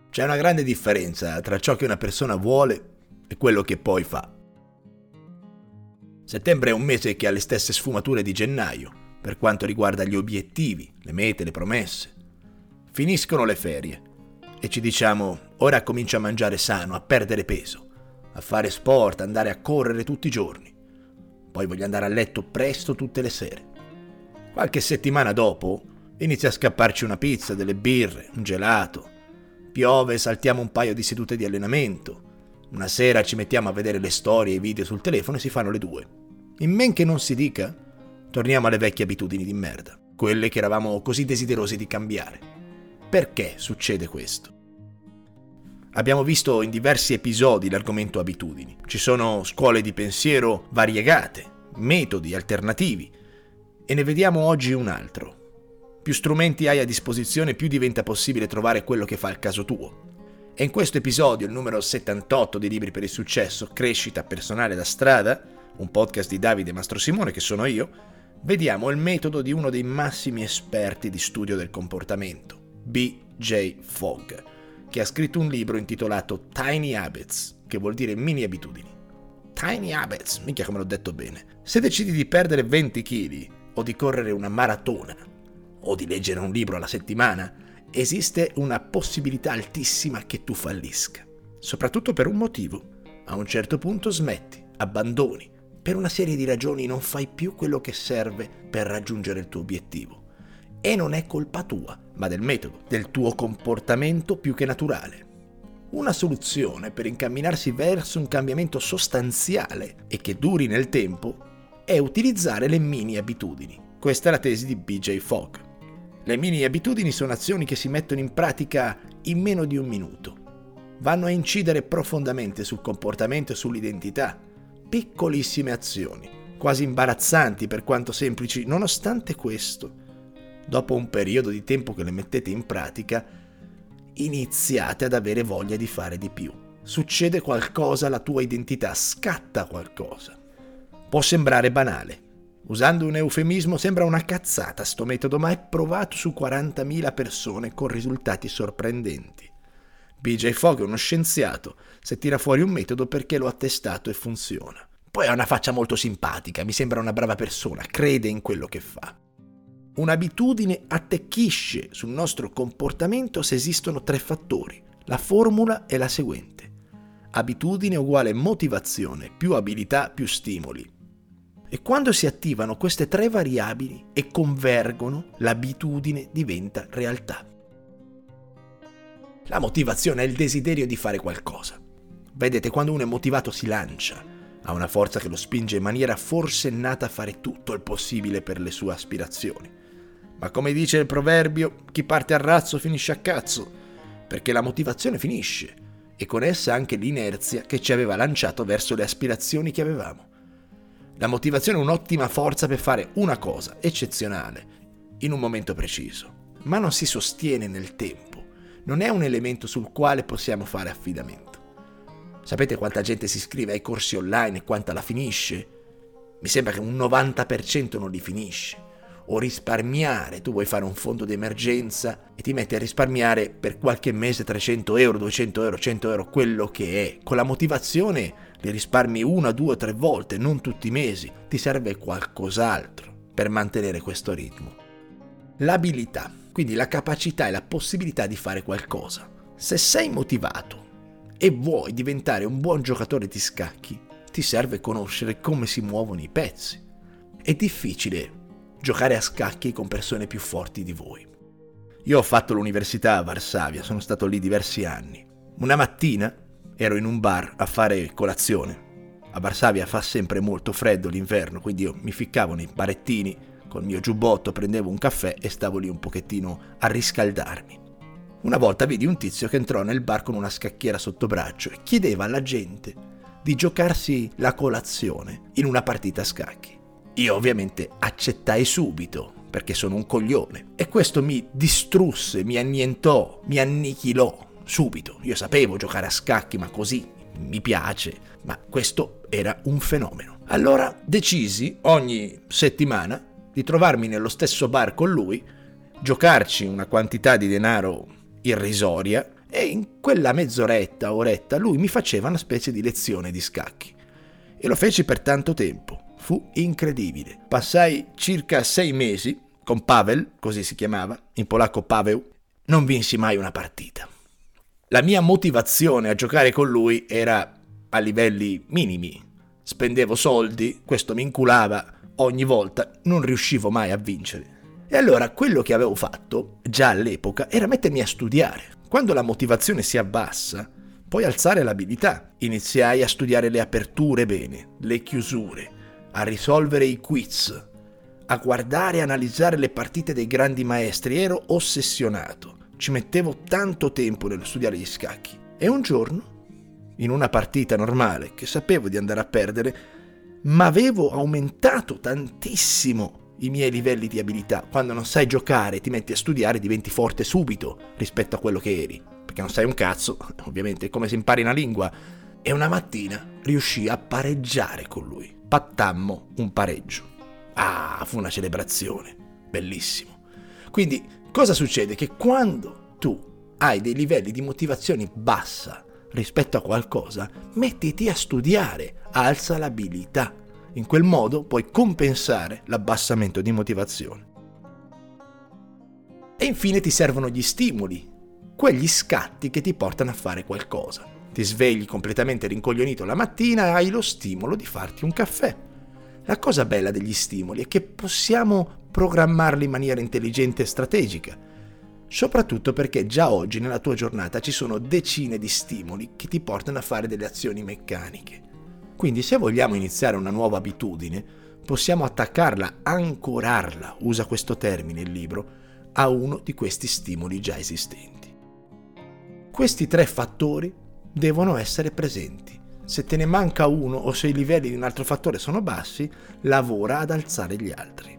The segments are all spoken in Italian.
C'è una grande differenza tra ciò che una persona vuole e quello che poi fa. Settembre è un mese che ha le stesse sfumature di gennaio, per quanto riguarda gli obiettivi, le mete, le promesse. Finiscono le ferie e ci diciamo, ora comincio a mangiare sano, a perdere peso, a fare sport, andare a correre tutti i giorni. Poi voglio andare a letto presto tutte le sere. Qualche settimana dopo inizia a scapparci una pizza, delle birre, un gelato. Piove, saltiamo un paio di sedute di allenamento. Una sera ci mettiamo a vedere le storie e i video sul telefono e si fanno le 2. In men che non si dica, torniamo alle vecchie abitudini di merda, quelle che eravamo così desiderosi di cambiare. Perché succede questo? Abbiamo visto in diversi episodi l'argomento abitudini. Ci sono scuole di pensiero variegate, metodi alternativi, e ne vediamo oggi un altro. Più strumenti hai a disposizione, più diventa possibile trovare quello che fa il caso tuo. E in questo episodio, il numero 78 di Libri per il Successo, Crescita personale da strada, un podcast di Davide Mastrosimone, che sono io, vediamo il metodo di uno dei massimi esperti di studio del comportamento, B.J. Fogg, che ha scritto un libro intitolato Tiny Habits, che vuol dire mini abitudini. Tiny Habits, minchia come l'ho detto bene. Se decidi di perdere 20 kg, o di correre una maratona, o di leggere un libro alla settimana, esiste una possibilità altissima che tu fallisca. Soprattutto per un motivo. A un certo punto smetti, abbandoni. Per una serie di ragioni non fai più quello che serve per raggiungere il tuo obiettivo. E non è colpa tua, ma del metodo, del tuo comportamento più che naturale. Una soluzione per incamminarsi verso un cambiamento sostanziale e che duri nel tempo è utilizzare le mini abitudini. Questa è la tesi di B.J. Fogg. Le mini abitudini sono azioni che si mettono in pratica in meno di un minuto. Vanno a incidere profondamente sul comportamento e sull'identità. Piccolissime azioni, quasi imbarazzanti per quanto semplici. Nonostante questo, dopo un periodo di tempo che le mettete in pratica, iniziate ad avere voglia di fare di più. Succede qualcosa alla tua identità, scatta qualcosa. Può sembrare banale. Usando un eufemismo sembra una cazzata sto metodo, ma è provato su 40.000 persone con risultati sorprendenti. B.J. Fogg è uno scienziato, se tira fuori un metodo perché lo ha testato e funziona. Poi ha una faccia molto simpatica, mi sembra una brava persona, crede in quello che fa. Un'abitudine attecchisce sul nostro comportamento se esistono 3 fattori. La formula è la seguente. Abitudine uguale motivazione, più abilità, più stimoli. E quando si attivano queste 3 variabili e convergono, l'abitudine diventa realtà. La motivazione è il desiderio di fare qualcosa. Vedete, quando uno è motivato si lancia, ha una forza che lo spinge in maniera forsennata a fare tutto il possibile per le sue aspirazioni. Ma come dice il proverbio, chi parte a razzo finisce a cazzo, perché la motivazione finisce, e con essa anche l'inerzia che ci aveva lanciato verso le aspirazioni che avevamo. La motivazione è un'ottima forza per fare una cosa eccezionale, in un momento preciso, ma non si sostiene nel tempo, non è un elemento sul quale possiamo fare affidamento. Sapete quanta gente si iscrive ai corsi online e quanta la finisce? Mi sembra che un 90% non li finisce. O risparmiare, tu vuoi fare un fondo d'emergenza e ti metti a risparmiare per qualche mese 300 euro, 200 euro, 100 euro, quello che è. Con la motivazione li risparmi 1, 2, 3 volte, non tutti i mesi. Ti serve qualcos'altro per mantenere questo ritmo. L'abilità, quindi la capacità e la possibilità di fare qualcosa. Se sei motivato e vuoi diventare un buon giocatore di scacchi, ti serve conoscere come si muovono i pezzi. È difficile giocare a scacchi con persone più forti di voi. Io ho fatto l'università a Varsavia, sono stato lì diversi anni. Una mattina ero in un bar a fare colazione. A Varsavia fa sempre molto freddo l'inverno, quindi io mi ficcavo nei barettini col mio giubbotto, prendevo un caffè e stavo lì un pochettino a riscaldarmi. Una volta vidi un tizio che entrò nel bar con una scacchiera sotto braccio e chiedeva alla gente di giocarsi la colazione in una partita a scacchi. Io ovviamente accettai subito, perché sono un coglione. E questo mi distrusse, mi annientò, mi annichilò subito. Io sapevo giocare a scacchi, ma così mi piace. Ma questo era un fenomeno. Allora decisi ogni settimana di trovarmi nello stesso bar con lui, giocarci una quantità di denaro irrisoria E in quella mezz'oretta, oretta, lui mi faceva una specie di lezione di scacchi. E lo feci per tanto tempo. Fu incredibile. Passai circa 6 mesi con Paweł, così si chiamava, in polacco Paweł. Non vinsi mai una partita. La mia motivazione a giocare con lui era a livelli minimi. Spendevo soldi, questo mi inculava ogni volta, non riuscivo mai a vincere. E allora quello che avevo fatto, già all'epoca, era mettermi a studiare. Quando la motivazione si abbassa, puoi alzare l'abilità. Iniziai a studiare le aperture bene, le chiusure, a risolvere i quiz, a guardare e analizzare le partite dei grandi maestri. Ero ossessionato. Ci mettevo tanto tempo nello studiare gli scacchi. E un giorno, in una partita normale, che sapevo di andare a perdere, ma avevo aumentato tantissimo i miei livelli di abilità. Quando non sai giocare, ti metti a studiare, diventi forte subito rispetto a quello che eri, perché non sai un cazzo, ovviamente è come se impari una lingua. E una mattina riuscii a pareggiare con lui. Pattammo un pareggio. Fu una celebrazione, bellissimo. Quindi cosa succede? Che quando tu hai dei livelli di motivazione bassa rispetto a qualcosa, mettiti a studiare, alza l'abilità. In quel modo puoi compensare l'abbassamento di motivazione. E infine ti servono gli stimoli, quegli scatti che ti portano a fare qualcosa. Ti svegli completamente rincoglionito la mattina e hai lo stimolo di farti un caffè. La cosa bella degli stimoli è che possiamo programmarli in maniera intelligente e strategica, soprattutto perché già oggi nella tua giornata ci sono decine di stimoli che ti portano a fare delle azioni meccaniche. Quindi se vogliamo iniziare una nuova abitudine, possiamo attaccarla, ancorarla, usa questo termine il libro, a uno di questi stimoli già esistenti. Questi 3 fattori devono essere presenti. Se te ne manca uno o se i livelli di un altro fattore sono bassi, lavora ad alzare gli altri.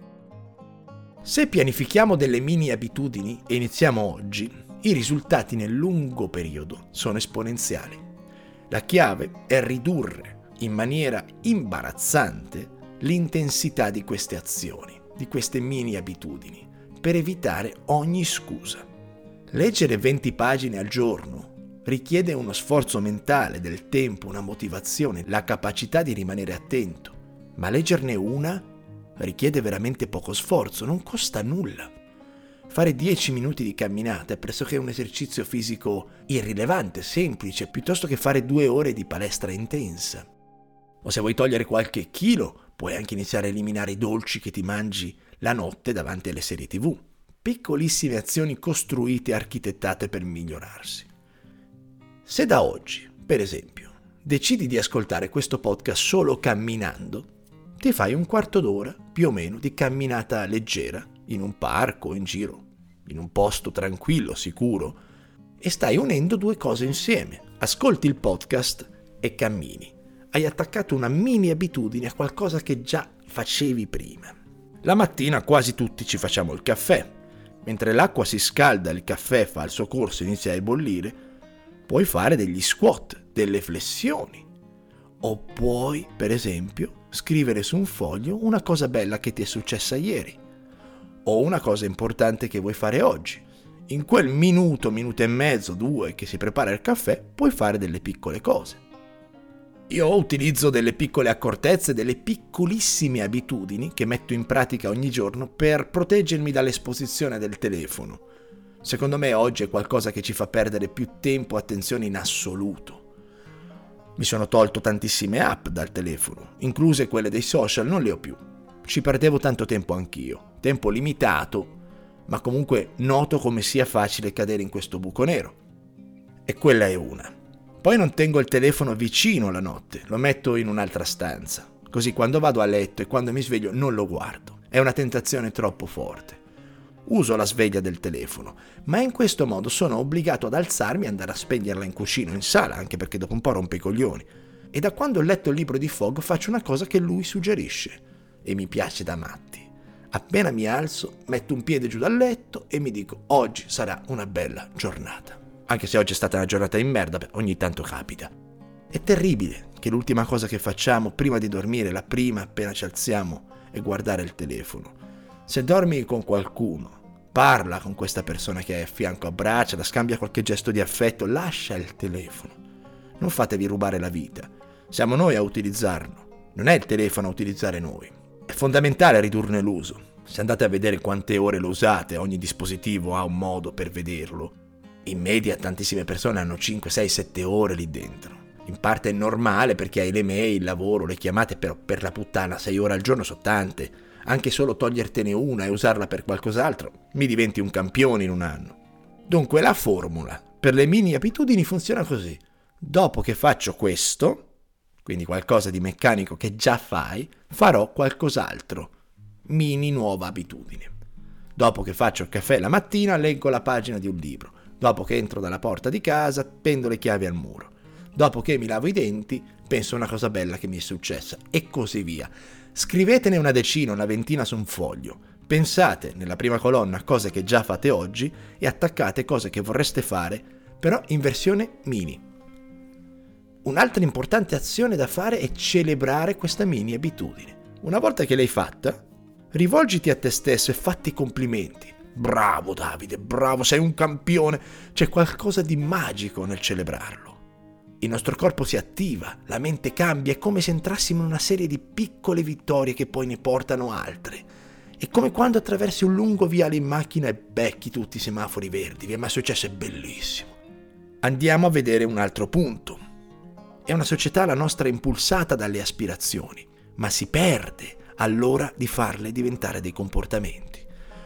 Se pianifichiamo delle mini abitudini e iniziamo oggi, i risultati nel lungo periodo sono esponenziali. La chiave è ridurre in maniera imbarazzante l'intensità di queste azioni, di queste mini abitudini, per evitare ogni scusa. Leggere 20 pagine al giorno richiede uno sforzo mentale, del tempo, una motivazione, la capacità di rimanere attento, ma leggerne una richiede veramente poco sforzo, non costa nulla. Fare 10 minuti di camminata è pressoché un esercizio fisico irrilevante, semplice, piuttosto che fare 2 ore di palestra intensa. O se vuoi togliere qualche chilo, puoi anche iniziare a eliminare i dolci che ti mangi la notte davanti alle serie TV. Piccolissime azioni costruite e architettate per migliorarsi. Se da oggi, per esempio, decidi di ascoltare questo podcast solo camminando, ti fai un quarto d'ora, più o meno, di camminata leggera, in un parco, in giro, in un posto tranquillo, sicuro, e stai unendo 2 cose insieme. Ascolti il podcast e cammini. Hai attaccato una mini abitudine a qualcosa che già facevi prima. La mattina quasi tutti ci facciamo il caffè. Mentre l'acqua si scalda, il caffè fa il suo corso e inizia a ebollire, puoi fare degli squat, delle flessioni. O puoi, per esempio, scrivere su un foglio una cosa bella che ti è successa ieri. O una cosa importante che vuoi fare oggi. In quel minuto, minuto e mezzo, 2 che si prepara il caffè, puoi fare delle piccole cose. Io utilizzo delle piccole accortezze, delle piccolissime abitudini che metto in pratica ogni giorno per proteggermi dall'esposizione del telefono. Secondo me oggi è qualcosa che ci fa perdere più tempo e attenzione in assoluto. Mi sono tolto tantissime app dal telefono, incluse quelle dei social, non le ho più. Ci perdevo tanto tempo anch'io, tempo limitato, ma comunque noto come sia facile cadere in questo buco nero. E quella è una. Poi non tengo il telefono vicino la notte, lo metto in un'altra stanza, così quando vado a letto e quando mi sveglio non lo guardo. È una tentazione troppo forte. Uso la sveglia del telefono, ma in questo modo sono obbligato ad alzarmi e andare a spegnerla in cucina o in sala, anche perché dopo un po' rompe i coglioni. E da quando ho letto il libro di Fogg faccio una cosa che lui suggerisce, e mi piace da matti. Appena mi alzo, metto un piede giù dal letto e mi dico: oggi sarà una bella giornata. Anche se oggi è stata una giornata in merda, ogni tanto capita. È terribile che l'ultima cosa che facciamo prima di dormire, la prima appena ci alziamo, è guardare il telefono. Se dormi con qualcuno, parla con questa persona che è a fianco, abbracciala, scambia qualche gesto di affetto, lascia il telefono. Non fatevi rubare la vita. Siamo noi a utilizzarlo, non è il telefono a utilizzare noi. È fondamentale ridurne l'uso. Se andate a vedere quante ore lo usate, ogni dispositivo ha un modo per vederlo. In media tantissime persone hanno 5, 6, 7 ore lì dentro. In parte è normale perché hai le mail, il lavoro, le chiamate, però per la puttana 6 ore al giorno sono tante. Anche solo togliertene una e usarla per qualcos'altro, mi diventi un campione in un anno. Dunque la formula per le mini abitudini funziona così. Dopo che faccio questo, quindi qualcosa di meccanico che già fai, farò qualcos'altro. Mini nuova abitudine. Dopo che faccio il caffè la mattina, leggo la pagina di un libro. Dopo che entro dalla porta di casa, pendo le chiavi al muro. Dopo che mi lavo i denti, penso a una cosa bella che mi è successa, e così via. Scrivetene una decina, una ventina su un foglio. Pensate nella prima colonna cose che già fate oggi e attaccate cose che vorreste fare, però in versione mini. Un'altra importante azione da fare è celebrare questa mini abitudine. Una volta che l'hai fatta, rivolgiti a te stesso e fatti complimenti. Bravo Davide, bravo, sei un campione. C'è qualcosa di magico nel celebrarlo. Il nostro corpo si attiva, la mente cambia, è come se entrassimo in una serie di piccole vittorie che poi ne portano altre. È come quando attraversi un lungo viale in macchina e becchi tutti i semafori verdi. Vi è mai successo? È bellissimo. Andiamo a vedere un altro punto. È una società la nostra impulsata dalle aspirazioni, ma si perde all'ora di farle diventare dei comportamenti.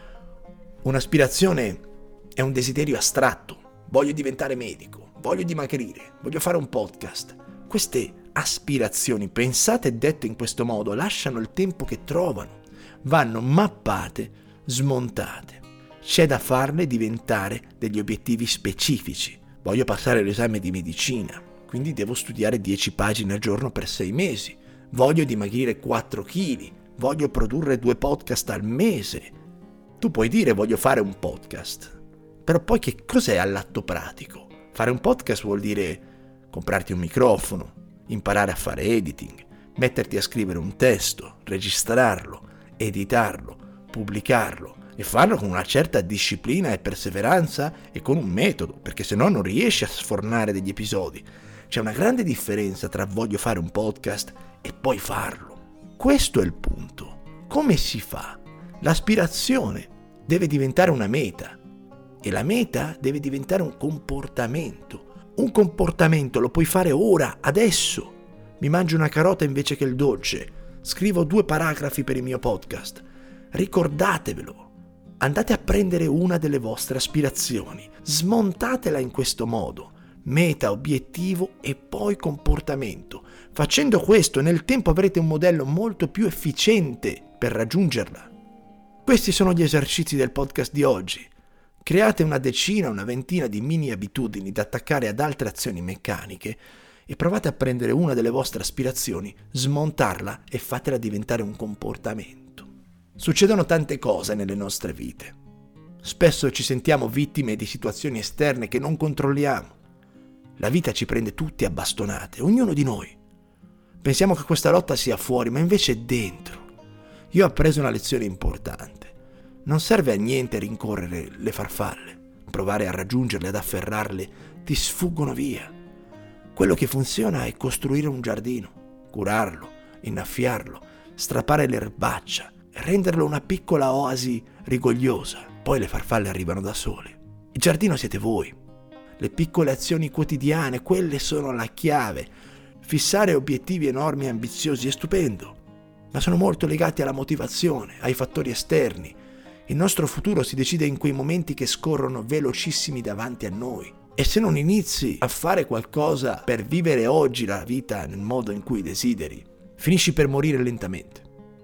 Un'aspirazione è un desiderio astratto. Voglio diventare medico, voglio dimagrire, voglio fare un podcast. Queste aspirazioni, pensate e dette in questo modo, lasciano il tempo che trovano, vanno mappate, smontate. C'è da farle diventare degli obiettivi specifici. Voglio passare l'esame di medicina, quindi devo studiare 10 pagine al giorno per 6 mesi. Voglio dimagrire 4 kg, voglio produrre 2 podcast al mese. Tu puoi dire voglio fare un podcast, però poi che cos'è all'atto pratico? Fare un podcast vuol dire comprarti un microfono, imparare a fare editing, metterti a scrivere un testo, registrarlo, editarlo, pubblicarlo e farlo con una certa disciplina e perseveranza e con un metodo, perché se no non riesci a sfornare degli episodi. C'è una grande differenza tra voglio fare un podcast e poi farlo. Questo è il punto. Come si fa? L'aspirazione deve diventare una meta e la meta deve diventare un comportamento. Un comportamento lo puoi fare ora, adesso. Mi mangio una carota invece che il dolce. Scrivo 2 paragrafi per il mio podcast. Ricordatevelo. Andate a prendere una delle vostre aspirazioni. Smontatela in questo modo. Meta, obiettivo e poi comportamento. Facendo questo nel tempo avrete un modello molto più efficiente per raggiungerla. Questi sono gli esercizi del podcast di oggi. Create una decina, una ventina di mini abitudini da attaccare ad altre azioni meccaniche e provate a prendere una delle vostre aspirazioni, smontarla e fatela diventare un comportamento. Succedono tante cose nelle nostre vite. Spesso ci sentiamo vittime di situazioni esterne che non controlliamo. La vita ci prende tutti a bastonate, ognuno di noi. Pensiamo che questa lotta sia fuori, ma invece è dentro. Io ho appreso una lezione importante. Non serve a niente rincorrere le farfalle, provare a raggiungerle, ad afferrarle, ti sfuggono via. Quello che funziona è costruire un giardino, curarlo, innaffiarlo, strappare l'erbaccia e renderlo una piccola oasi rigogliosa. Poi le farfalle arrivano da sole. Il giardino siete voi. Le piccole azioni quotidiane, quelle sono la chiave. Fissare obiettivi enormi e ambiziosi è stupendo, ma sono molto legati alla motivazione, ai fattori esterni. Il nostro futuro si decide in quei momenti che scorrono velocissimi davanti a noi. E se non inizi a fare qualcosa per vivere oggi la vita nel modo in cui desideri, finisci per morire lentamente.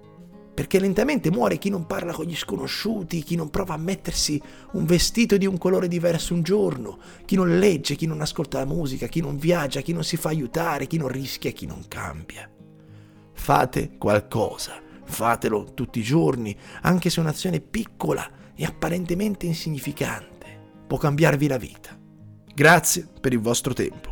Perché lentamente muore chi non parla con gli sconosciuti, chi non prova a mettersi un vestito di un colore diverso un giorno, chi non legge, chi non ascolta la musica, chi non viaggia, chi non si fa aiutare, chi non rischia, chi non cambia. Fate qualcosa, fatelo tutti i giorni, anche se è un'azione piccola e apparentemente insignificante. Può cambiarvi la vita. Grazie per il vostro tempo.